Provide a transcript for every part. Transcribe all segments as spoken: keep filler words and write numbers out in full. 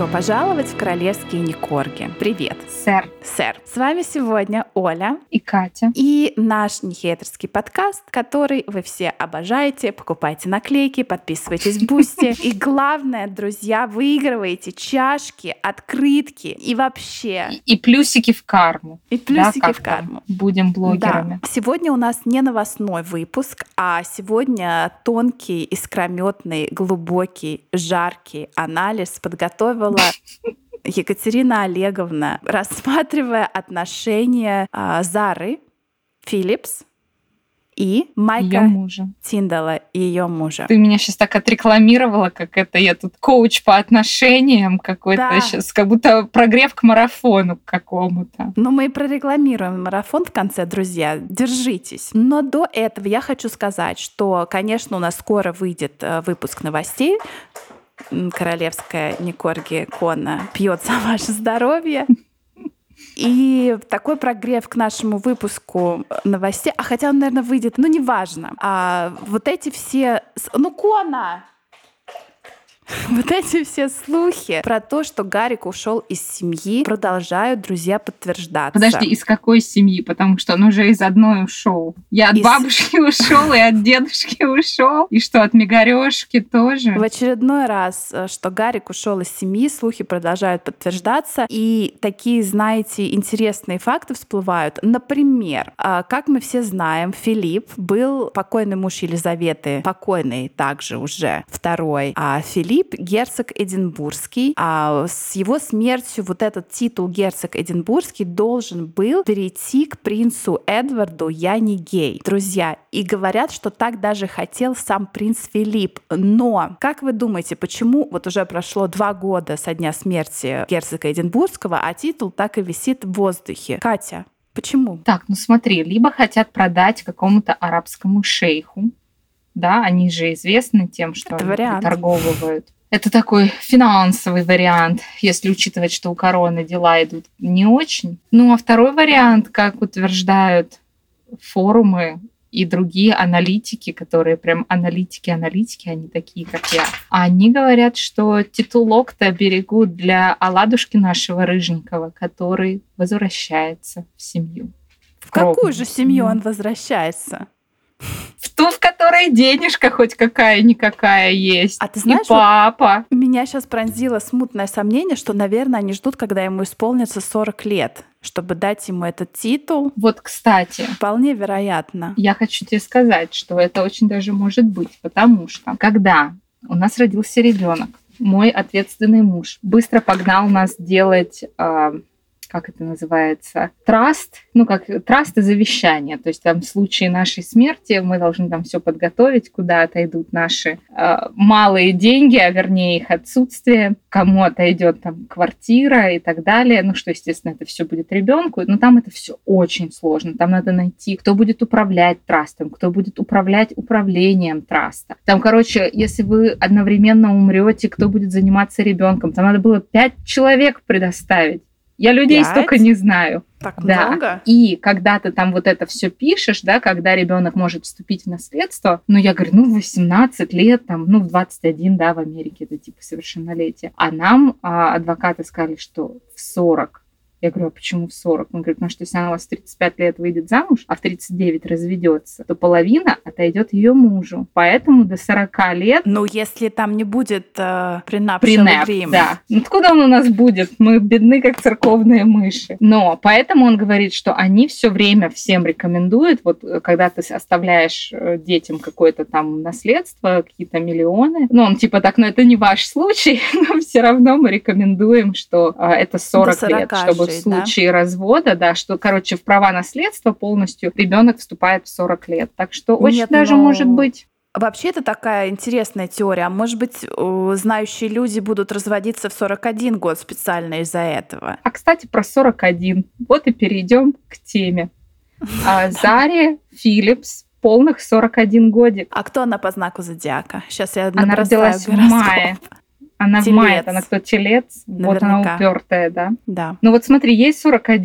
Добро пожаловать в королевские Никорги. Привет. Сэр. Сэр. С вами сегодня Оля и Катя. И наш нехейтерский подкаст, который вы все обожаете. Покупайте наклейки, подписывайтесь в Бусти. И главное, друзья, выигрывайте чашки, открытки и вообще... И, и плюсики в карму. И плюсики да, в карму. Будем блогерами. Да. Сегодня у нас не новостной выпуск, а сегодня тонкий, искрометный, глубокий, жаркий анализ подготовила Екатерина Олеговна, рассматривая отношения а, Зары Филлипс и Майка Тиндала и ее мужа. Ты меня сейчас так отрекламировала, как это я тут коуч по отношениям какой-то да. Сейчас, как будто прогрев к марафону к какому-то. Ну, мы и прорекламируем марафон в конце, друзья. Держитесь. Но до этого я хочу сказать, что, конечно, у нас скоро выйдет выпуск новостей. Королевская Никорги Кона пьет за ваше здоровье. И такой прогрев к нашему выпуску новостей, а хотя он, наверное, выйдет, ну, неважно. А вот эти все... Ну, Кона! Вот эти все слухи про то, что Гарик ушел из семьи, продолжают, друзья, подтверждаться. Подожди, из какой семьи? Потому что он уже из одной ушел. Я от из... бабушки ушел, и от дедушки ушел, и что, от Мегарёшки тоже? В очередной раз, что Гарик ушел из семьи, слухи продолжают подтверждаться, и такие, знаете, интересные факты всплывают. Например, как мы все знаем, Филипп был покойный муж Елизаветы, покойный также уже второй, а Филипп герцог Эдинбургский. А с его смертью вот этот титул герцог Эдинбургский должен был перейти к принцу Эдварду Яни Гей. Друзья, и говорят, что так даже хотел сам принц Филипп. Но, как вы думаете, почему вот уже прошло два года со дня смерти герцога Эдинбургского, а титул так и висит в воздухе? Катя, почему? Так, ну смотри, либо хотят продать какому-то арабскому шейху, да, они же известны тем, что это они вариант. торговывают. Это такой финансовый вариант, если учитывать, что у короны дела идут не очень. Ну, а второй вариант, как утверждают форумы и другие аналитики, которые прям аналитики-аналитики, они такие, как я, они говорят, что титулок-то берегут для оладушки нашего Рыженького, который возвращается в семью. В, в какую же семью он возвращается? В ту, в которой денежка хоть какая-никакая есть. А ты знаешь, и папа. Вот меня сейчас пронзило смутное сомнение, что, наверное, они ждут, когда ему исполнится сорок лет, чтобы дать ему этот титул. Вот, кстати. Вполне вероятно. Я хочу тебе сказать, что это очень даже может быть, потому что когда у нас родился ребенок, мой ответственный муж быстро погнал нас делать... Э, как это называется, траст, ну, как траст и завещание. То есть там в случае нашей смерти мы должны там все подготовить, куда отойдут наши э, малые деньги, а вернее их отсутствие, кому отойдет там квартира и так далее. Ну, что, естественно, это все будет ребенку, но там это все очень сложно. Там надо найти, кто будет управлять трастом, кто будет управлять управлением траста. Там, короче, если вы одновременно умрете, кто будет заниматься ребенком, там надо было пять человек предоставить. Я людей Пять? столько не знаю. Так да. много? И когда ты там вот это все пишешь, да, когда ребенок может вступить в наследство, ну, я говорю, ну, в восемнадцать лет, там, ну, в двадцать один, да, в Америке это типа совершеннолетие. А нам а, адвокаты сказали, что в сорок. Я говорю, а почему в сорок? Он говорит, ну что, если она у вас в тридцать пять лет выйдет замуж, а в тридцать девять разведется, то половина отойдет ее мужу. Поэтому до сорока лет... Ну, если там не будет э, prenup, prenup, да. Ну, откуда он у нас будет? Мы бедны, как церковные мыши. Но поэтому он говорит, что они все время всем рекомендуют, вот когда ты оставляешь детям какое-то там наследство, какие-то миллионы, ну, он типа так, ну, это не ваш случай, но все равно мы рекомендуем, что э, это сорок лет, чтобы в случае да? развода, да, что, короче, в права наследства полностью ребенок вступает в сорок лет. Так что очень Нет, даже но... может быть. Вообще это такая интересная теория. А может быть, знающие люди будут разводиться в сорок один год специально из-за этого. А, кстати, про сорок один. Вот и перейдем к теме. Заре Филлипс полных сорок один годик. А кто она по знаку зодиака? Сейчас я Она родилась в мае. Она телец. В мае, она кто, телец? Наверняка. Вот она упертая, да? Да. Ну вот смотри, ей сорок один.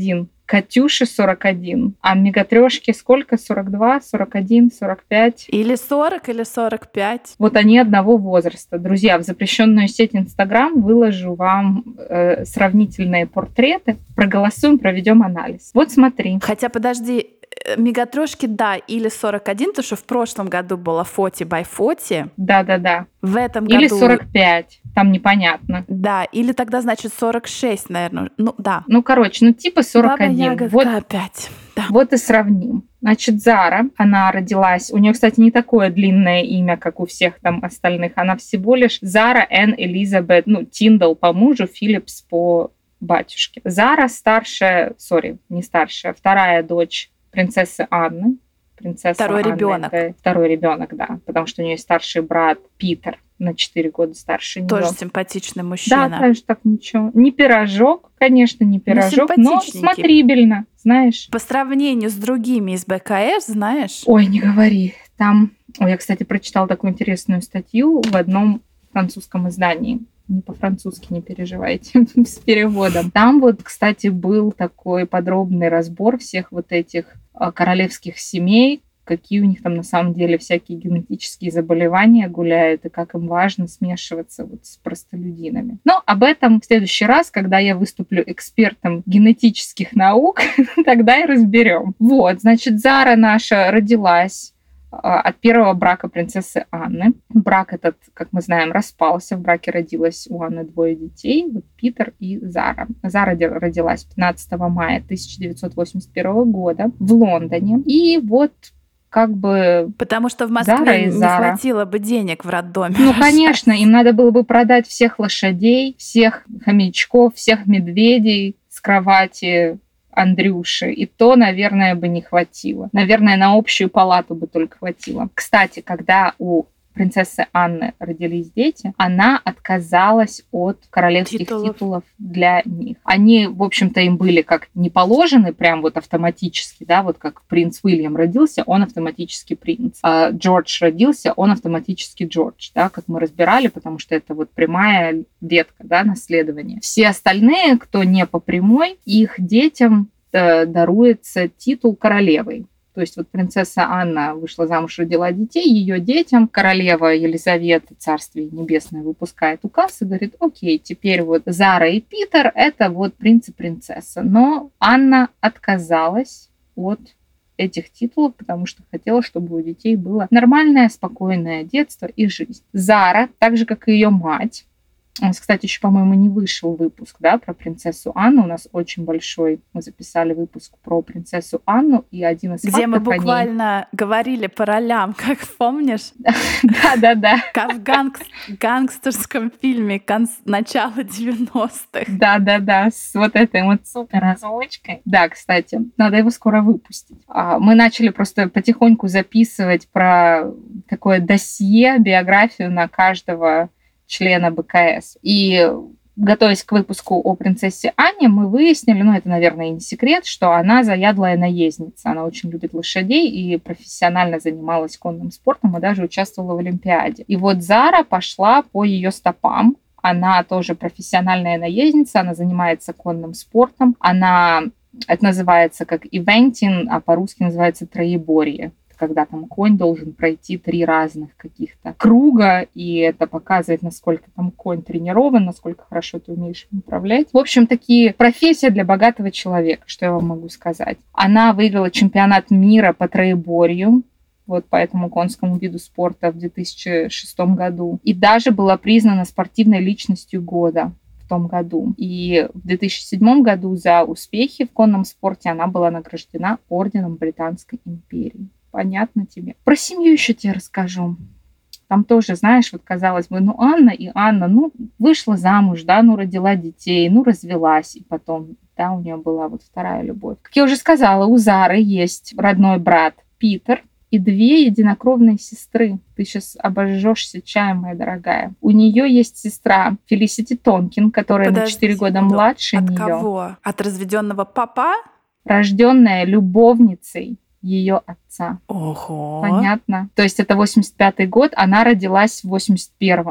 Катюше сорок один, а Мегатрёшке сколько? сорок два, сорок один, сорок пять? Или сорок, или сорок пять. Вот они одного возраста. Друзья, в запрещенную сеть Инстаграм выложу вам э, сравнительные портреты. Проголосуем, проведем анализ. Вот смотри. Хотя, подожди, Мегатрёшки, да, или сорок один, потому что в прошлом году было фоти бай фоти. Да-да-да. В этом или году... сорок пять, там непонятно. Да, или тогда, значит, сорок шесть, наверное. Ну, да. Ну, короче, ну типа сорок один. Баба-ягодка вот, опять. Да. Вот и сравним. Значит, Зара, она родилась, у нее, кстати, не такое длинное имя, как у всех там остальных, она всего лишь Зара Энн Элизабет, ну, Тиндал по мужу, Филлипс по батюшке. Зара старшая, сори, не старшая, вторая дочь принцессы Анны. Принцесса второй Анна ребенок. Второй ребенок, да, потому что у нее есть старший брат Питер, на четыре года старше нее. Тоже симпатичный мужчина. Да, тоже так ничего. Не пирожок, конечно, не пирожок, но смотрибельно, знаешь. По сравнению с другими из БКС, знаешь? Ой, не говори. Там, ой, я, кстати, прочитала такую интересную статью в одном французском издании. Не по-французски, не переживайте, с переводом. Там вот, кстати, был такой подробный разбор всех вот этих королевских семей, какие у них там на самом деле всякие генетические заболевания гуляют, и как им важно смешиваться вот с простолюдинами. Но об этом в следующий раз, когда я выступлю экспертом генетических наук, тогда и разберем. Вот, значит, Зара наша родилась от первого брака принцессы Анны. Брак этот, как мы знаем, распался. В браке родилось у Анны двое детей, вот Питер и Зара. Зара родилась пятнадцатого мая тысяча девятьсот восемьдесят первого года в Лондоне. И вот как бы... Потому что в Москве не хватило бы денег в роддоме. Ну, конечно, им надо было бы продать всех лошадей, всех хомячков, всех медведей с кровати Андрюши. И то, наверное, бы не хватило. Наверное, на общую палату бы только хватило. Кстати, когда у принцессы Анны родились дети, она отказалась от королевских титулов. титулов для них. Они, в общем-то, им были как не положены прям вот автоматически, да, вот как принц Уильям родился, он автоматически принц. А Джордж родился, он автоматически Джордж, да, как мы разбирали, потому что это вот прямая ветка, да, наследования. Все остальные, кто не по прямой, их детям э, даруется титул королевы. То есть вот принцесса Анна вышла замуж, родила детей, ее детям королева Елизавета, царствие небесное, выпускает указ и говорит: окей, теперь вот Зара и Питер – это вот принц и принцесса. Но Анна отказалась от этих титулов, потому что хотела, чтобы у детей было нормальное, спокойное детство и жизнь. Зара, так же, как и ее мать, у нас, кстати, еще, по-моему, не вышел выпуск, да, про принцессу Анну. У нас очень большой. Мы записали выпуск про принцессу Анну, и один из где фактов мы буквально ней... говорили по ролям, как помнишь? Да-да-да. Как в ганг... гангстерском фильме конц... начала девяностых. Да-да-да, с вот этой вот супер озвучкой. Да, кстати, надо его скоро выпустить. Мы начали просто потихоньку записывать про такое досье, биографию на каждого члена БКС. И готовясь к выпуску о принцессе Анне, мы выяснили, ну это, наверное, и не секрет, что она заядлая наездница. Она очень любит лошадей и профессионально занималась конным спортом и даже участвовала в Олимпиаде. И вот Зара пошла по ее стопам. Она тоже профессиональная наездница, она занимается конным спортом. Она, это называется как ивентинг, а по-русски называется троеборье, когда там конь должен пройти три разных каких-то круга, и это показывает, насколько там конь тренирован, насколько хорошо ты умеешь им управлять. В общем, такие профессия для богатого человека, что я вам могу сказать. Она выиграла чемпионат мира по троеборью, вот по этому конскому виду спорта в две тысячи шестом году, и даже была признана спортивной личностью года в том году. И в две тысячи седьмом году за успехи в конном спорте она была награждена орденом Британской империи. Понятно тебе? Про семью еще тебе расскажу. Там тоже, знаешь, вот казалось бы, ну Анна и Анна, ну вышла замуж, да, ну родила детей, ну развелась, и потом, да, у нее была вот вторая любовь. Как я уже сказала, у Зары есть родной брат Питер и две единокровные сестры. Ты сейчас обожжешься чаем, моя дорогая. У нее есть сестра Фелисити Тонкин, которая Подожди, на четыре года младше от нее. От кого? От разведенного папа? Рожденная любовницей ее отца. Ого. Понятно. То есть это восемьдесят пятый год, она родилась в восемьдесят первом.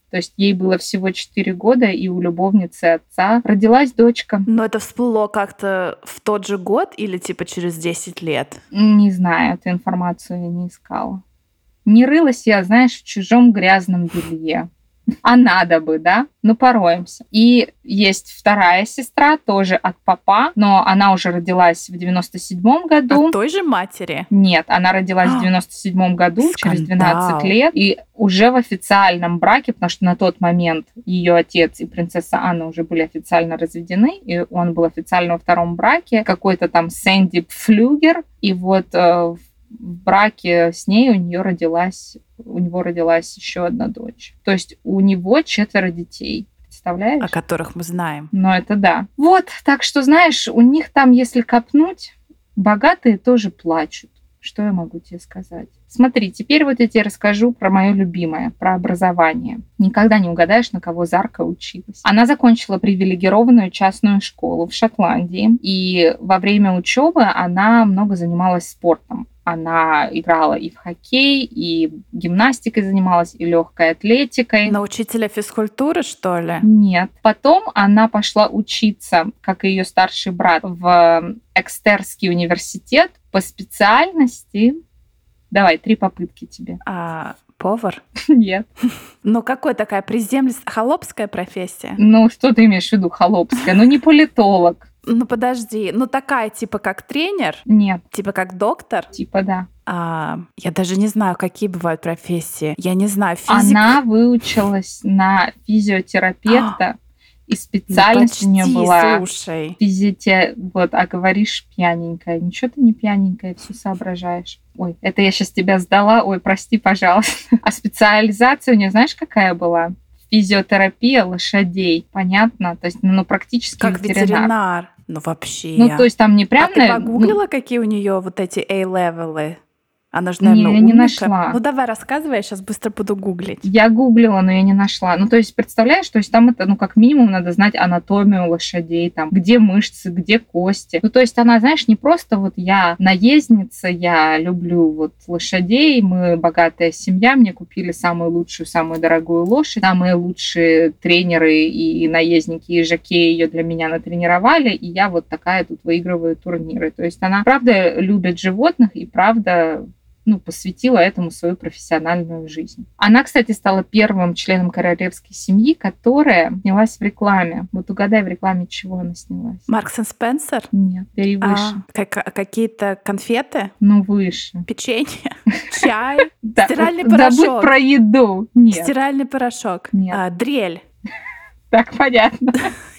То есть ей было всего четыре года, и у любовницы отца родилась дочка. Но это всплыло как-то в тот же год или типа через десять лет? Не знаю, эту информацию я не искала. Не рылась я, знаешь, в чужом грязном белье. А надо бы, да? Ну, пороемся. И есть вторая сестра, тоже от папа, но она уже родилась в девяносто седьмом году. От той же матери? Нет, она родилась в девяносто седьмом году, Скандал. через двенадцать лет, и уже в официальном браке, потому что на тот момент ее отец и принцесса Анна уже были официально разведены, и он был официально во втором браке, какой-то там Сэнди Пфлюгер, и вот э, в браке с ней у нее родилась, у него родилась еще одна дочь. То есть у него четверо детей. Представляешь? О которых мы знаем. Ну, это да. Вот, так что, знаешь, у них там, если копнуть, богатые тоже плачут. Что я могу тебе сказать? Смотри, теперь вот я тебе расскажу про мое любимое, про образование. Никогда не угадаешь, на кого Зарка училась. Она закончила привилегированную частную школу в Шотландии, и во время учебы она много занималась спортом. Она играла и в хоккей, и гимнастикой занималась, и легкой атлетикой. На учителя физкультуры, что ли? Нет. Потом она пошла учиться, как и ее старший брат, в Экстерский университет по специальности. Давай, три попытки тебе. А, повар? Нет. Ну, какой такая приземистая, холопская профессия? Ну, что ты имеешь в виду холопская? Ну, не политолог. Ну, подожди. Ну, такая, типа, как тренер? Нет. Типа, как доктор? Типа, да. А, я даже не знаю, какие бывают профессии. Я не знаю, физик... Она выучилась на физиотерапевта, и специальность ну, у нее была слушай. физите... Вот, а говоришь пьяненькая. Ничего ты не пьяненькая, все соображаешь. Ой, это я сейчас тебя сдала. Ой, прости, пожалуйста. А специализация у нее, знаешь, какая была? Физиотерапия лошадей. Понятно? То есть, ну, практически как ветеринар. ветеринар. Ну, вообще. Ну, то есть там не прям... А ты погуглила, ну... какие у нее вот эти A-левелы? Она же, наверное, не, я умника. не нашла. Ну, давай, рассказывай, я сейчас быстро буду гуглить. Я гуглила, но я не нашла. Ну, то есть, представляешь, то есть там это, ну, как минимум надо знать анатомию лошадей, там, где мышцы, где кости. Ну, то есть она, знаешь, не просто вот я наездница, я люблю вот лошадей, мы богатая семья, мне купили самую лучшую, самую дорогую лошадь, самые лучшие тренеры и наездники, и жокеи ее для меня натренировали, и я вот такая тут выигрываю турниры. То есть она, правда, любит животных и, правда, ну, посвятила этому свою профессиональную жизнь. Она, кстати, стала первым членом королевской семьи, которая снялась в рекламе. Вот угадай, в рекламе чего она снялась? Маркс энд Спенсер? Нет, бери выше. А, как, какие-то конфеты? Ну, выше. Печенье? Чай? Стиральный порошок? Забудь про еду. Нет. Стиральный порошок? Нет. Дрель? Так, понятно.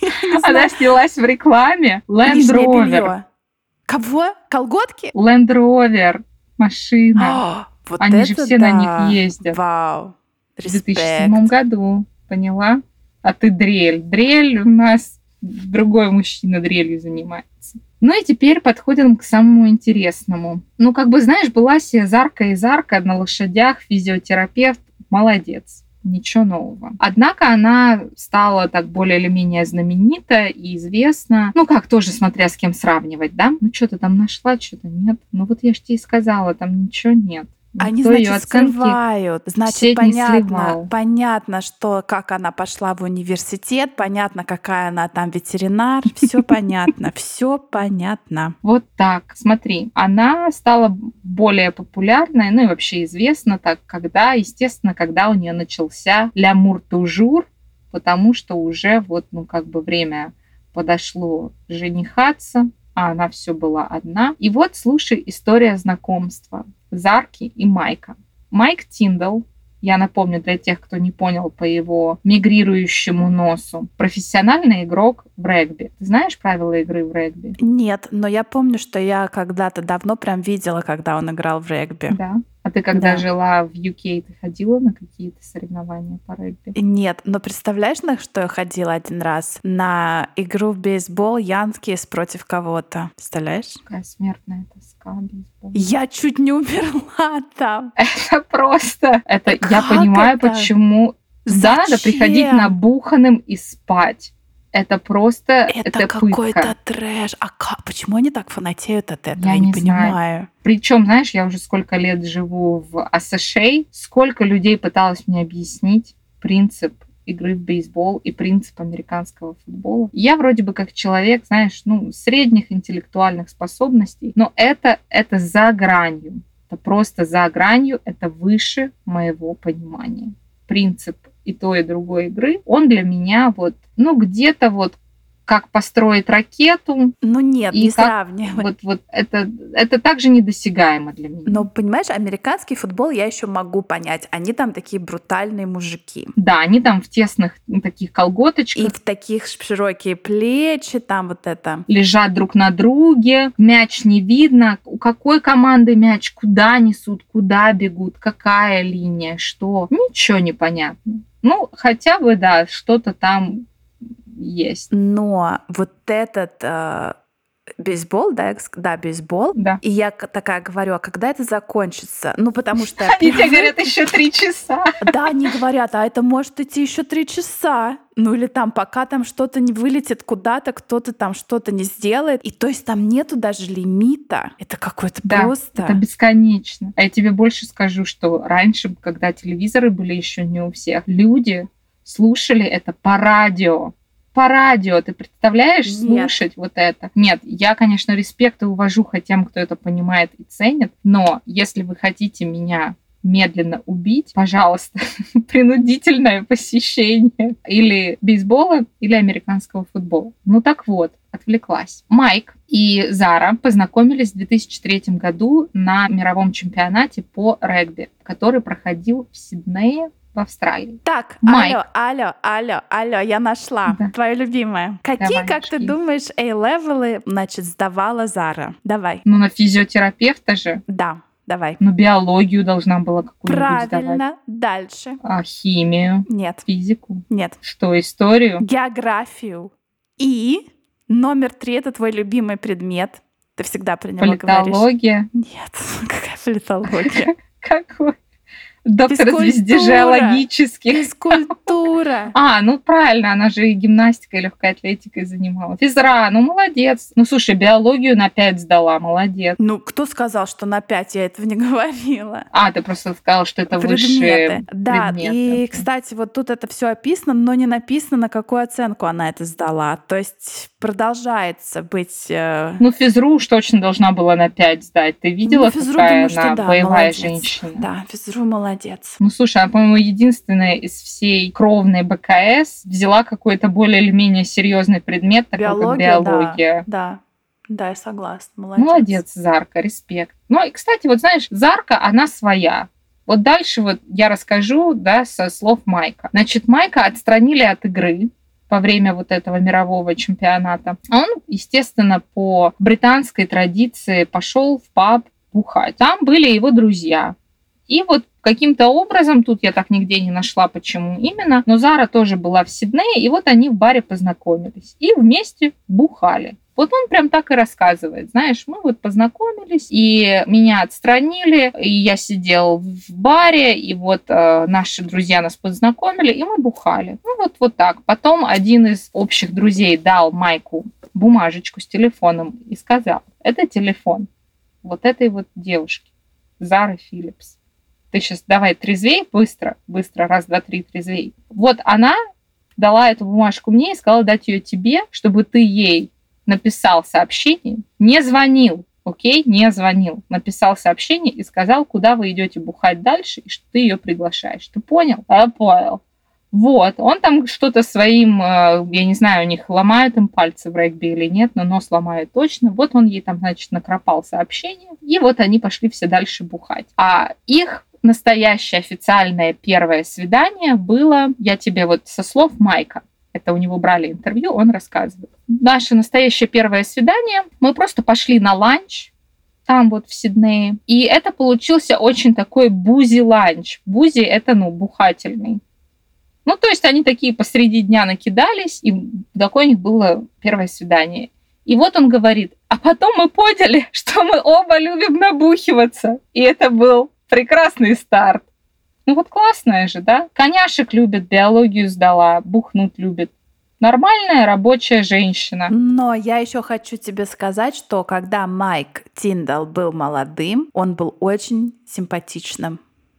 Она снялась в рекламе. Land Rover. Кого? Колготки? Land Rover. Машина. О, вот Они это же все да. на них ездят. Вау. В две тысячи седьмом году. Поняла? А ты дрель. Дрель у нас другой мужчина дрелью занимается. Ну и теперь подходим к самому интересному. Ну, как бы, знаешь, была себе Зарка и Зарка на лошадях, физиотерапевт. Молодец. Ничего нового. Однако она стала так более или менее знаменита и известна. Ну как, тоже смотря с кем сравнивать, да? Ну что ты там нашла, что-то нет. Ну вот я же тебе и сказала, там ничего нет. Они, значит, скрывают. Значит, понятно, понятно, что как она пошла в университет, понятно, какая она там ветеринар, все понятно, все понятно. Вот так. Смотри, она стала более популярной, ну и вообще известна так, когда, естественно, когда у нее начался лямур тужур, потому что уже вот, ну как бы время подошло женихаться, а она все была одна. И вот, слушай, история знакомства Зарки и Майка. Майк Тиндалл, я напомню для тех, кто не понял по его мигрирующему носу, профессиональный игрок в регби. Ты знаешь правила игры в регби? Нет, но я помню, что я когда-то давно прям видела, когда он играл в регби. Да. А ты когда да. жила в ю кей, ты ходила на какие-то соревнования по регби? Нет, но представляешь, на что я ходила один раз? На игру в бейсбол Янкис против кого-то. Представляешь? Какая смертная тоска, бейсбол. Я чуть не умерла там. Это просто... Это как я понимаю, это? Почему... Да, надо приходить набуханным и спать. Это просто... Это, это какой-то трэш. А как? Почему они так фанатеют от этого? Я, я не, не знаю. понимаю. Причем, знаешь, я уже сколько лет живу в АСШ, сколько людей пыталось мне объяснить, принцип игры в бейсбол и принцип американского футбола. Я вроде бы как человек, знаешь, ну, средних интеллектуальных способностей, но это, это за гранью. Это просто за гранью, это выше моего понимания. Принцип и той, и другой игры, он для меня вот, ну, где-то вот как построить ракету. Ну нет, и не как, сравнивай. Вот, вот это, это также недосягаемо для меня. Но, понимаешь, американский футбол я еще могу понять. Они там такие брутальные мужики. Да, они там в тесных таких колготочках. И в таких широкие плечи, там вот это. Лежат друг на друге, мяч не видно. У какой команды мяч, куда несут, куда бегут, какая линия, что. Ничего не понятно. Ну, хотя бы, да, что-то там есть. Но вот этот э, бейсбол, да, да, бейсбол, да. И я такая говорю, а когда это закончится? Ну, потому что... Они тебе говорят, еще три часа. Да, они говорят, а это может идти еще три часа. Ну, или там, пока там что-то не вылетит куда-то, кто-то там что-то не сделает. И то есть там нету даже лимита. Это какой-то да, просто... это бесконечно. А я тебе больше скажу, что раньше, когда телевизоры были еще не у всех, люди слушали это по радио. По радио, ты представляешь, Нет. слушать вот это? Нет, я, конечно, респект и уважуха тем, кто это понимает и ценит, но если вы хотите меня медленно убить, пожалуйста, принудительное посещение или бейсбола, или американского футбола. Ну так вот, отвлеклась. Майк и Зара познакомились в две тысячи третьем году на мировом чемпионате по регби, который проходил в Сиднее, в Австралии. Так, Майк. алло, алло, алло, алло, я нашла. Да. Твою любимую. Какие, Давай, как ты шли. думаешь, A-левелы, значит, сдавала Зара? Давай. Ну, на физиотерапевта же. Да, давай. Ну, биологию должна была какую-нибудь сдавать. Правильно. Дальше. А, химию. Нет. Физику. Нет. Что, историю? Географию. И номер три — это твой любимый предмет. Ты всегда про него говоришь. Политология. Нет. Какая политология? Какой? Доктор Физкультура. звездежеологических. Физкультура. А, ну правильно, она же и гимнастикой, и легкой атлетикой занималась. Физра, ну молодец. Ну слушай, биологию на пять сдала, молодец. Ну, кто сказал, что на пять? Я этого не говорила. А, ты просто сказала, что это высшие Предметы. Да, предметы. и, кстати, вот тут это все описано, но не написано, на какую оценку она это сдала. То есть продолжается быть... э, Ну, физру уж точно должна была на пять сдать. Ты видела, ну, физру, какая думаю, она что да, боевая молодец. женщина? Да, физру молодец. Ну, слушай, она, по-моему, единственная из всей кровной БКС взяла какой-то более или менее серьезный предмет, такой Биология, как биология. Да, да, да, я согласна. Молодец. Молодец, Зарка, респект. Ну, и, кстати, вот знаешь, Зарка, она своя. Вот дальше вот я расскажу, да, со слов Майка. Значит, Майка отстранили от игры во время вот этого мирового чемпионата. Он, естественно, по британской традиции пошел в паб бухать. Там были его друзья. И вот каким-то образом, тут я так нигде не нашла, почему именно, но Зара тоже была в Сиднее, и вот они в баре познакомились. И вместе бухали. Вот он прям так и рассказывает. Знаешь, мы вот познакомились, и меня отстранили, и я сидел в баре, и вот э, наши друзья нас познакомили, и мы бухали. Ну вот, вот так. Потом один из общих друзей дал Майку бумажечку с телефоном и сказал, это телефон вот этой вот девушки, Зары Филлипс. Ты сейчас давай трезвей, быстро, быстро, раз, два, три, трезвей. Вот она дала эту бумажку мне и сказала дать ее тебе, чтобы ты ей написал сообщение, не звонил, окей, не звонил, написал сообщение и сказал, куда вы идете бухать дальше и что ты ее приглашаешь. Ты понял? Я понял. Вот, он там что-то своим, я не знаю, у них ломают им пальцы в регби или нет, но нос ломают точно. Вот он ей там, значит, накропал сообщение, и вот они пошли все дальше бухать. А их настоящее официальное первое свидание было, я тебе вот со слов Майка, это у него брали интервью, он рассказывает. Наше настоящее первое свидание, мы просто пошли на ланч, там вот в Сиднее, и это получился очень такой бузи-ланч. Бузи — это, ну, бухательный. Ну, то есть они такие посреди дня накидались, и такое у них было первое свидание. И вот он говорит, а потом мы поняли, что мы оба любим набухиваться. И это был прекрасный старт. Ну вот классная же, да? Коняшек любит, биологию сдала, бухнуть любит. Нормальная рабочая женщина. Но я еще хочу тебе сказать, что когда Майк Тиндалл был молодым, он был очень симпатичным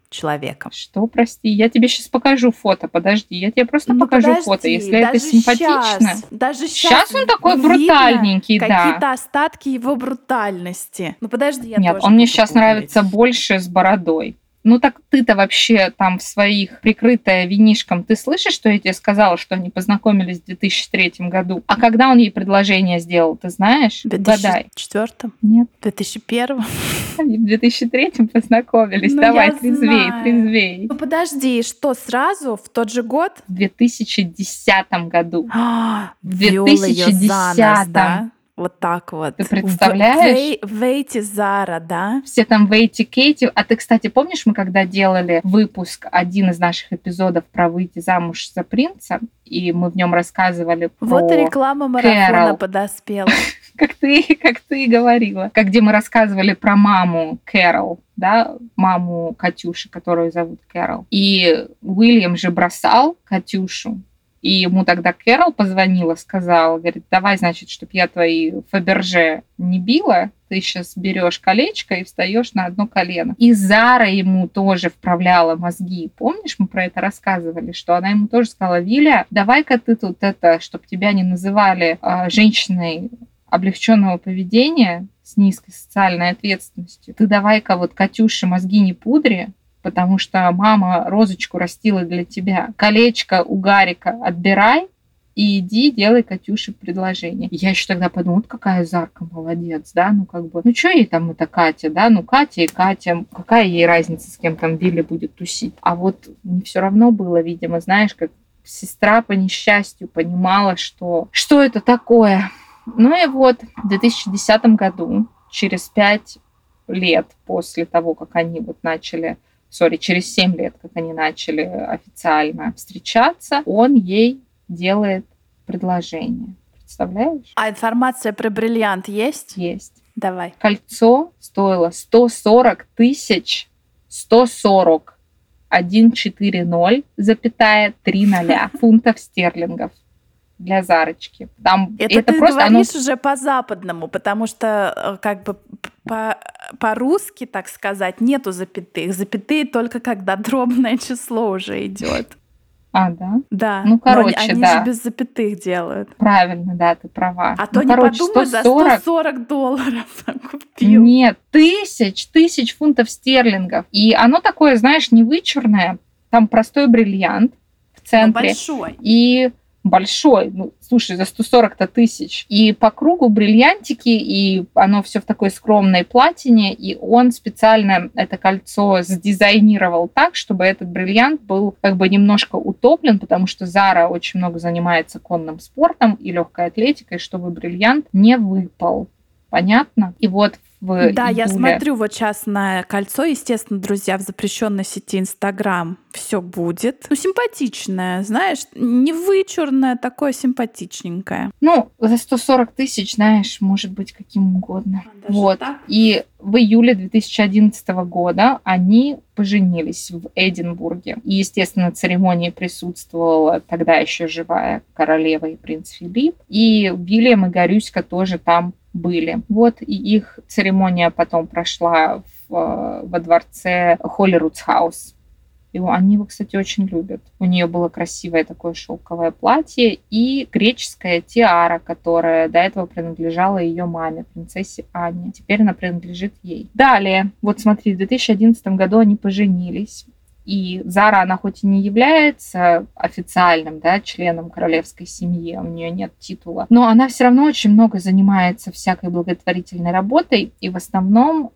человеком. Что, прости? Я тебе сейчас покажу фото. Подожди, я тебе просто Ну, покажу подожди, фото. Если даже это симпатично. щас, даже сейчас, Сейчас он такой видно брутальненький, да. какие-то остатки его брутальности. Ну подожди, я Нет, тоже он мне буду сейчас гуглить. нравится больше с бородой. Ну так ты-то вообще там в своих, прикрытая винишком, ты слышишь, что я тебе сказала, что они познакомились в две тысячи третьем году? А когда он ей предложение сделал, ты знаешь? В Угадай. две тысячи четвёртом? Нет. В две тысячи первом? Они в две тысячи третьем познакомились. Ну, Давай, я трезвей, знаю. трезвей. Ну подожди, что, сразу в тот же год? В две тысячи десятом году. А, В вёл её за нос, да? две тысячи десятом. Вот так вот. Ты представляешь? В- Вейти Зара, да? Все там Вейти Кейти. А ты, кстати, помнишь, мы когда делали выпуск, один из наших эпизодов про выйти замуж за принца, и мы в нем рассказывали про Вот и реклама марафона Кэрол. подоспела. Как ты, как ты и говорила. Как где мы рассказывали про маму Кэрол, да, маму Катюши, которую зовут Кэрол. И Уильям же бросал Катюшу. И ему тогда Кэрол позвонила, сказала, говорит, давай, значит, чтобы я твои Фаберже не била, ты сейчас берешь колечко и встаешь на одно колено. И Зара ему тоже вправляла мозги. Помнишь, мы про это рассказывали, что она ему тоже сказала, Виля, давай-ка ты тут это, чтобы тебя не называли а, женщиной облегченного поведения с низкой социальной ответственностью, ты давай-ка вот Катюше мозги не пудри, потому что мама розочку растила для тебя. Колечко у Гарика отбирай и иди делай Катюше предложение. Я еще тогда подумала, вот какая Зарка молодец, да, ну как бы, ну что ей там это Катя, да, ну Катя и Катя, какая ей разница, с кем там Вилли будет тусить. А вот не все равно было, видимо, знаешь, как сестра по несчастью понимала, что, что это такое. Ну и вот в две тысячи десятом году, через пять лет после того, как они вот начали Сори, через семь лет, как они начали официально встречаться, он ей делает предложение. Представляешь? А информация про бриллиант есть? Есть. Давай. Кольцо стоило сто сорок тысяч сто сорок один четыре ноль запятая три ноля фунтов стерлингов для Зарочки. Там Это, это ты просто говоришь оно... уже по-западному, потому что как бы по- по-русски, так сказать, нету запятых. Запятые только когда дробное число уже идет. А, да? Да. Ну, короче, но они да. же без запятых делают. Правильно, да, ты права. А ну, то не короче, подумай, за сто сорок долларов купил. Нет, тысяч, тысяч фунтов стерлингов. И оно такое, знаешь, не вычурное. Там простой бриллиант в центре. Но большой. И большой, ну, слушай, за сто сорок-то тысяч. И по кругу бриллиантики, и оно все в такой скромной платине, и он специально это кольцо сдизайнировал так, чтобы этот бриллиант был как бы немножко утоплен, потому что Зара очень много занимается конным спортом и легкой атлетикой, чтобы бриллиант не выпал. Понятно? И вот в Да, июле... я смотрю вот сейчас на кольцо, естественно, друзья, в запрещенной сети Инстаграм все будет. Ну, симпатичное, знаешь, не вычурное, такое симпатичненькое. Ну, за сто сорок тысяч, знаешь, может быть каким угодно. Даже вот. так? И в июле две тысячи одиннадцатого года они поженились в Эдинбурге. И, естественно, на церемонии присутствовала тогда еще живая королева и принц Филипп. И Вильям и Гарюська тоже там были. Вот, и их церемония потом прошла в, во дворце Холлирудс-хаус. И они его, кстати, очень любят. У нее было красивое такое шелковое платье и греческая тиара, которая до этого принадлежала ее маме, принцессе Анне. Теперь она принадлежит ей. Далее, вот смотри, в две тысячи одиннадцатом году они поженились. И Зара, она хоть и не является официальным, да, членом королевской семьи, у нее нет титула, но она все равно очень много занимается всякой благотворительной работой, и в основном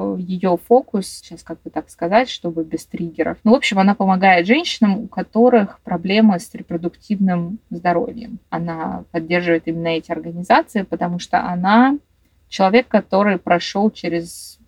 ее фокус, сейчас как бы так сказать, чтобы без триггеров. Ну, в общем, она помогает женщинам, у которых проблемы с репродуктивным здоровьем. Она поддерживает именно эти организации, потому что она человек, который прошел через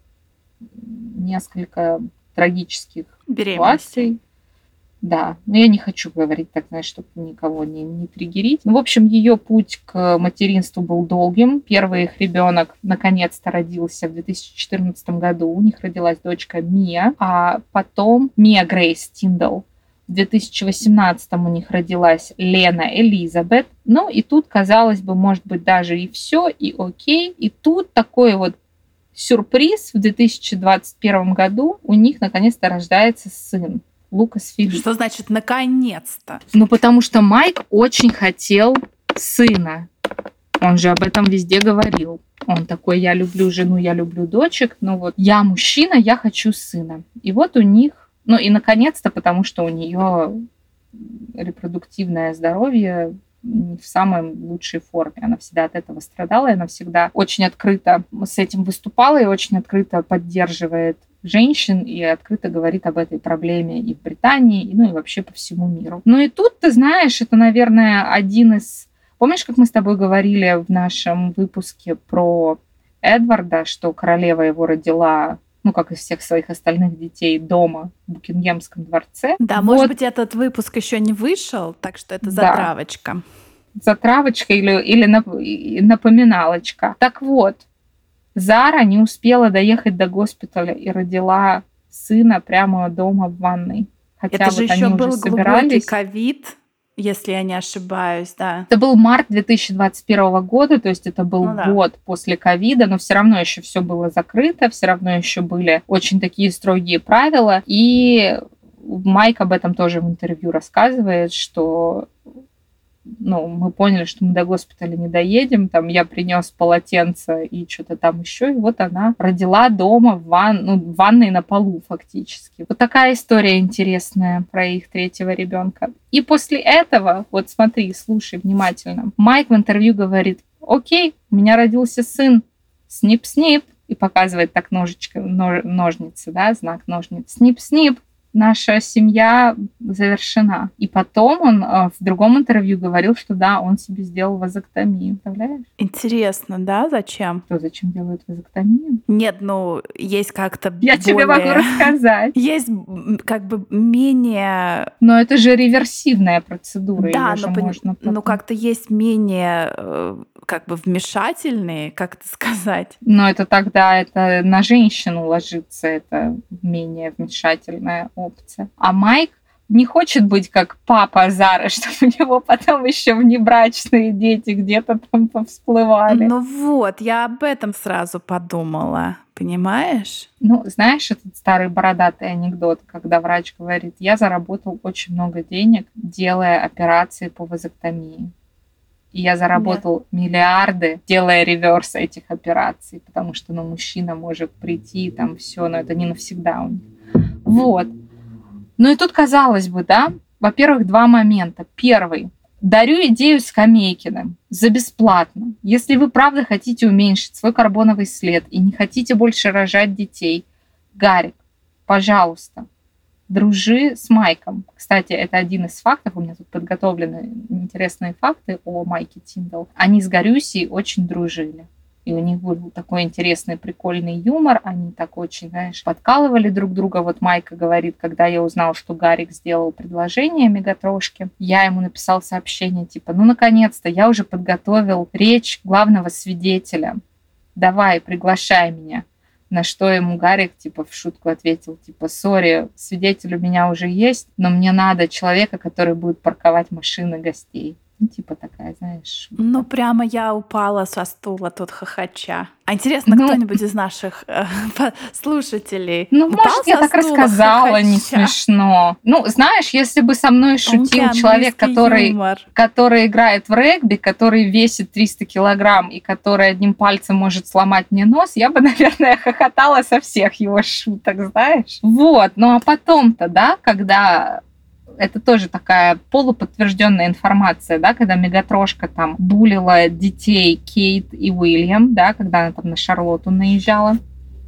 несколько трагических ситуаций. Да, но я не хочу говорить так, знаешь, чтобы никого не, не триггерить. Ну, в общем, ее путь к материнству был долгим. Первый их ребенок наконец-то родился в две тысячи четырнадцатом году. У них родилась дочка Мия, а потом Мия Грейс Тиндал. В две тысячи восемнадцатом у них родилась Лена Элизабет. Ну, и тут, казалось бы, может быть, даже и все, и окей. И тут такой вот сюрприз, в две тысячи двадцать первом году у них наконец-то рождается сын. Лукас Филипп. Что значит наконец-то? Ну, потому что Майк очень хотел сына. Он же об этом везде говорил. Он такой: я люблю жену, я люблю дочек, но вот я мужчина, я хочу сына. И вот у них, ну и наконец-то, потому что у нее репродуктивное здоровье не в самой лучшей форме. Она всегда от этого страдала, и она всегда очень открыто с этим выступала и очень открыто поддерживает женщин и открыто говорит об этой проблеме и в Британии, ну и вообще по всему миру. Ну и тут, ты знаешь, это, наверное, один из... Помнишь, как мы с тобой говорили в нашем выпуске про Эдварда, что королева его родила, ну, как и всех своих остальных детей, дома в Букингемском дворце? Да, вот. Может быть, этот выпуск еще не вышел, так что это затравочка. Да. Затравочка или, или напоминалочка. Так вот, Зара не успела доехать до госпиталя и родила сына прямо дома в ванной. Хотя это вот же они еще уже был собирались. Глубокий ковид, если я не ошибаюсь, да. Это был март две тысячи двадцать первого года, то есть это был ну, да. год после ковида, но все равно еще все было закрыто, все равно еще были очень такие строгие правила. И Майк об этом тоже в интервью рассказывает, что ну, мы поняли, что мы до госпиталя не доедем, там я принес полотенце и что-то там еще, и вот она родила дома в, ван... ну, в ванной на полу фактически. Вот такая история интересная про их третьего ребенка. И после этого, вот смотри, слушай внимательно, Майк в интервью говорит: окей, у меня родился сын, снип-снип, и показывает так ножичкой, нож... ножницы, да, знак ножниц, снип-снип, наша семья завершена. И потом он э, в другом интервью говорил, что да, он себе сделал вазоктомию. Представляешь? Интересно, да? Зачем? Что, зачем делают вазоктомию? Нет, ну, есть как-то Я более... тебе могу рассказать. Есть как бы менее... Но это же реверсивная процедура. Да, но, пон... можно потом... но как-то есть менее как бы вмешательные, как это сказать. Но это тогда это на женщину ложится, это менее вмешательная опция. А Майк не хочет быть как папа Зары, чтобы у него потом еще внебрачные дети где-то там повсплывали. Ну вот, я об этом сразу подумала, понимаешь? Ну, знаешь, этот старый бородатый анекдот, когда врач говорит: я заработал очень много денег, делая операции по вазоктомии. И я заработал Нет. миллиарды, делая реверс этих операций, потому что, ну, мужчина может прийти, там все, но это не навсегда у них. Вот. Ну и тут, казалось бы, да, во-первых, два момента. Первый. Дарю идею Скамейкиным за бесплатно. Если вы правда хотите уменьшить свой карбоновый след и не хотите больше рожать детей, Гарик, пожалуйста, дружи с Майком. Кстати, это один из фактов, у меня тут подготовлены интересные факты о Майке Тиндалл. Они с Гарюсей очень дружили. И у них был такой интересный, прикольный юмор. Они так очень, знаешь, подкалывали друг друга. Вот Майка говорит: когда я узнал, что Гарик сделал предложение Мегатрошке, я ему написал сообщение типа: ну, наконец-то, я уже подготовил речь главного свидетеля. Давай, приглашай меня. На что ему Гарик типа в шутку ответил, типа: сори, свидетель у меня уже есть, но мне надо человека, который будет парковать машины гостей. Ну, типа такая, знаешь. Шутка. Ну, прямо я упала со стула тут хохоча. А интересно, ну, кто-нибудь из наших э, слушателей Ну, упал может, я так рассказала, хохоча? Не смешно. Ну, знаешь, если бы со мной шутил человек, который, который играет в регби, который весит триста килограмм и который одним пальцем может сломать мне нос, я бы, наверное, хохотала со всех его шуток, знаешь. Вот, ну а потом-то, да, когда... Это тоже такая полуподтвержденная информация, да, когда Мегатрошка там булила детей Кейт и Уильям, да, когда она там на Шарлотту наезжала.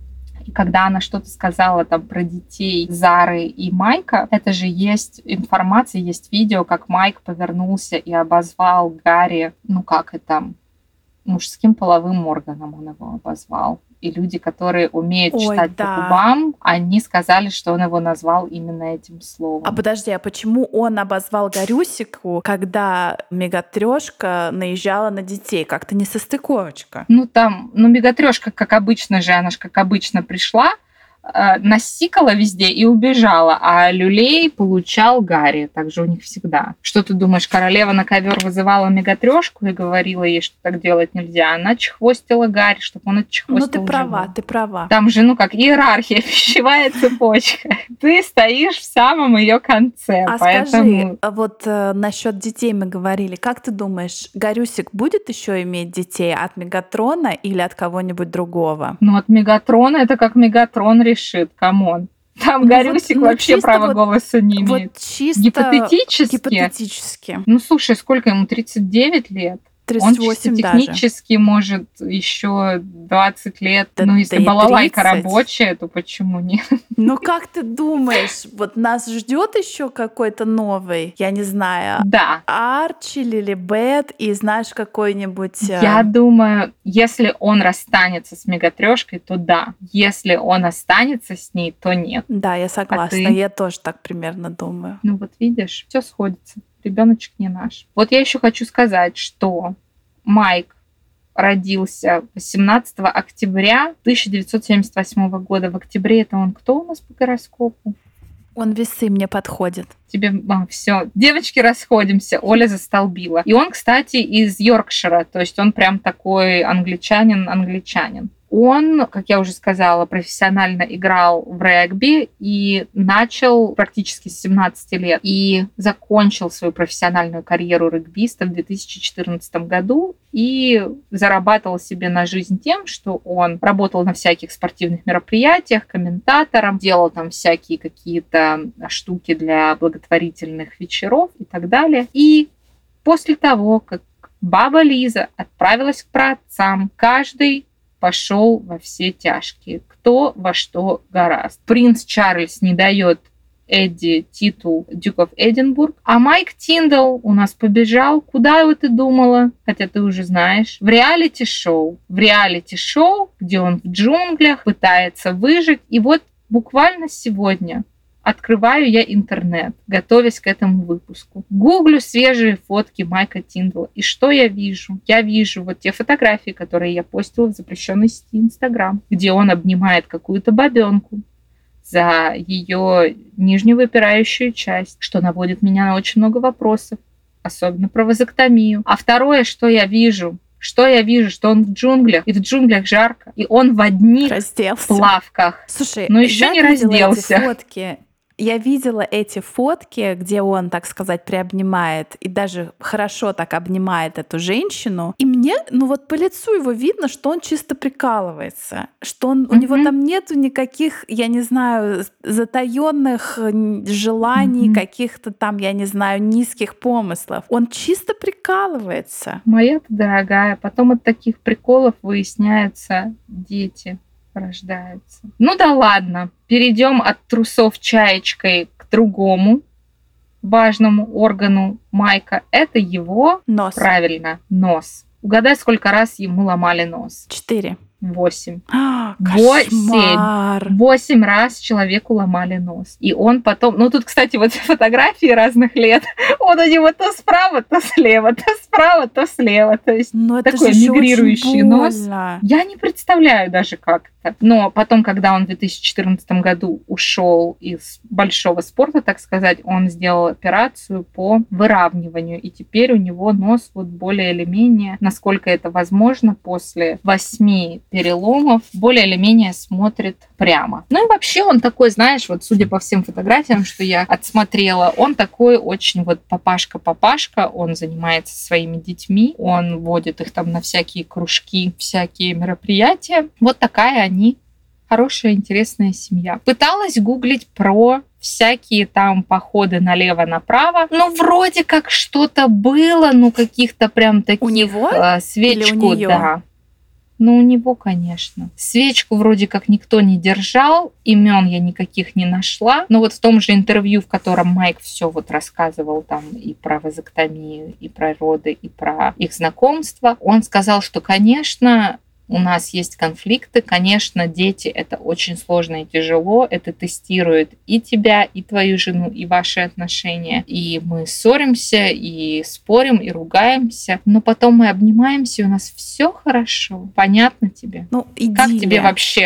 И когда она что-то сказала там про детей Зары и Майка, это же есть информация, есть видео, как Майк повернулся и обозвал Гарри, ну как это, мужским половым органом он его обозвал. И люди, которые умеют Ой, читать да. по губам, они сказали, что он его назвал именно этим словом. А подожди, а почему он обозвал Гарюсику, когда Мегатрёшка наезжала на детей? Как-то не состыковочка. Ну там, ну Мегатрёшка, как обычно же, она же как обычно пришла, э, насикала везде и убежала, а люлей получал Гарри. Так же у них всегда. Что ты думаешь, королева на ковер вызывала мегатрёшку и говорила ей, что так делать нельзя? Она чехвостила Гарри, чтобы он отчехвостил Ну, ты права, жену. ты права. Там же, ну как, иерархия, пищевая цепочка. Ты стоишь в самом ее конце. А поэтому... скажи, вот э, насчет детей мы говорили. Как ты думаешь, Гарюсик будет еще иметь детей от Мегатрона или от кого-нибудь другого? Ну, от Мегатрона это как Мегатрон решит, камон. Там Ну Гарюсик вот, ну, вообще чисто права вот- голоса не имеет. Вот чисто Гипотетически. гипотетически. Ну, слушай, сколько ему? тридцать девять лет? Он тридцать чисто восемь даже. технически может еще двадцать лет. Да- ну, если да и балалайка тридцать. рабочая, то почему нет? Ну как ты думаешь, вот нас ждет еще какой-то новый, я не знаю, Да. Арчи или Бет, и знаешь какой-нибудь... э, Я думаю, если он расстанется с Мегатрёшкой, то да. Если он останется с ней, то нет. Да, я согласна, ты? я тоже так примерно думаю. Ну вот видишь, все сходится. Ребеночек не наш. Вот я еще хочу сказать, что Майк родился восемнадцатого октября тысяча девятьсот семьдесят восьмого года. В октябре это он кто у нас по гороскопу? Он весы мне подходит. Тебе а, все, девочки, расходимся. Оля застолбила. И он, кстати, из Йоркшира, то есть он прям такой англичанин-англичанин. Он, как я уже сказала, профессионально играл в регби и начал практически с семнадцати лет. И закончил свою профессиональную карьеру регбиста в две тысячи четырнадцатом году и зарабатывал себе на жизнь тем, что он работал на всяких спортивных мероприятиях, комментатором, делал там всякие какие-то штуки для благотворительных вечеров и так далее. И после того, как баба Лиза отправилась к праотцам, каждый пошел во все тяжкие. Кто во что гораст. Принц Чарльз не дает Эдди титул Duke of Edinburgh, а Майк Тиндалл у нас побежал. Куда его ты думала? Хотя ты уже знаешь. В реалити-шоу. В реалити-шоу, где он в джунглях пытается выжить. И вот буквально сегодня открываю я интернет, готовясь к этому выпуску. Гуглю свежие фотки Майка Тиндалла. И что я вижу? Я вижу вот те фотографии, которые я постила в запрещенной сети Инстаграм, где он обнимает какую-то бабенку за ее нижнюю выпирающую часть, что наводит меня на очень много вопросов, особенно про вазоктомию. А второе, что я вижу, что я вижу, что он в джунглях, и в джунглях жарко, и он в одних Разделся. плавках. Слушай, Но еще я не видела разделся. эти фотки. Я видела эти фотки, где он, так сказать, приобнимает и даже хорошо так обнимает эту женщину. И мне, ну вот по лицу его видно, что он чисто прикалывается, что он, у него Мгм. там нету никаких, я не знаю, затаённых желаний, Мгм. каких-то там, я не знаю, низких помыслов. Он чисто прикалывается. Моя-то дорогая, потом от таких приколов выясняются дети. Рождаются. Ну да ладно, перейдем от трусов чаечкой к другому важному органу Майка. Это его, Нос. правильно, нос. Угадай, сколько раз ему ломали нос? Четыре. Восемь. А, Восемь. кошмар. Восемь раз человеку ломали нос. И он потом... Ну, тут, кстати, вот фотографии разных лет. Он у него то справа, то слева, то справа, то слева. То есть Ну это такой же ещё мигрирующий очень нос. больно. Я не представляю даже, как это. Но потом, когда он в две тысячи четырнадцатом году ушел из большого спорта, так сказать, он сделал операцию по выравниванию. И теперь у него нос вот более или менее, насколько это возможно, после восьми переломов, более или менее смотрит прямо. Ну и вообще он такой, знаешь, вот судя по всем фотографиям, что я отсмотрела, он такой очень вот папашка-папашка, он занимается своими детьми, он водит их там на всякие кружки, всякие мероприятия. Вот такая они хорошая, интересная семья. Пыталась гуглить про всякие там походы налево-направо. Ну, вроде как что-то было, ну, каких-то прям таких... У него э, свечку, или у неё? да. Ну, у него, конечно. Свечку вроде как никто не держал, имен я никаких не нашла. Но вот в том же интервью, в котором Майк все вот рассказывал там и про вазоктомию, и про роды, и про их знакомство, он сказал, что, конечно, у нас есть конфликты, конечно, дети — это очень сложно и тяжело, это тестирует и тебя, и твою жену, и ваши отношения, и мы ссоримся, и спорим, и ругаемся, но потом мы обнимаемся, и у нас все хорошо. Понятно тебе? Ну, Как идиллия. тебе вообще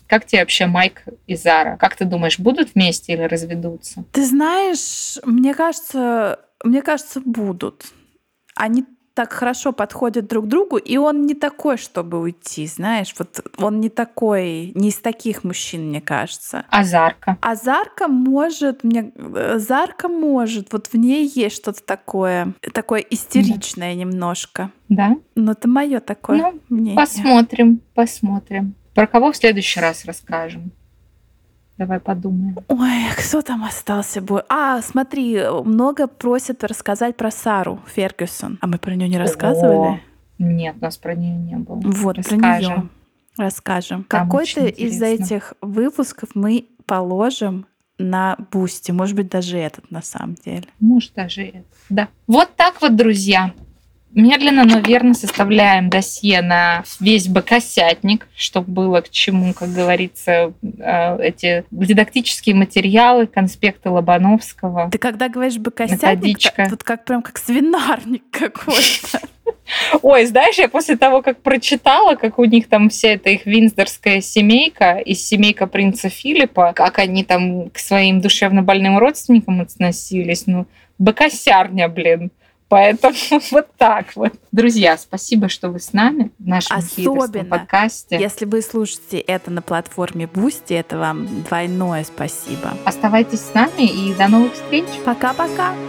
Как тебе вообще Майк и Зара? Как ты думаешь, будут вместе или разведутся? Ты знаешь, мне кажется, мне кажется, будут. Они так хорошо подходят друг к другу, и он не такой, чтобы уйти, знаешь, вот он не такой, не из таких мужчин, мне кажется. А Зарка? А Зарка может, мне, Зарка может, вот в ней есть что-то такое, такое истеричное да. немножко. Да? Но это мое такое ну, мнение. Посмотрим, посмотрим. Про кого в следующий раз расскажем? Давай подумаем. Ой, кто там остался бы? А, смотри, много просят рассказать про Сару Фергюсон. А мы про нее не рассказывали? О, нет, у нас про нее не было. Вот, расскажем. Про нее расскажем. Там какой-то из этих выпусков мы положим на Бусти. Может быть, даже этот на самом деле. Может, даже этот. Да. Вот так вот, друзья. Медленно, но верно составляем досье на весь бокосятник, чтобы было к чему, как говорится, эти дидактические материалы, конспекты Лобановского. Ты когда говоришь бокосятник, так, вот как прям как свинарник какой-то. Ой, знаешь, я после того, как прочитала, как у них там вся эта их виндзорская семейка и семейка принца Филиппа, как они там к своим душевно больным родственникам относились, ну, бокосярня, блин. Поэтому вот так вот. Друзья, спасибо, что вы с нами в нашем хейтерском подкасте. Если вы слушаете это на платформе Boosty, это вам двойное спасибо. Оставайтесь с нами и до новых встреч. Пока-пока.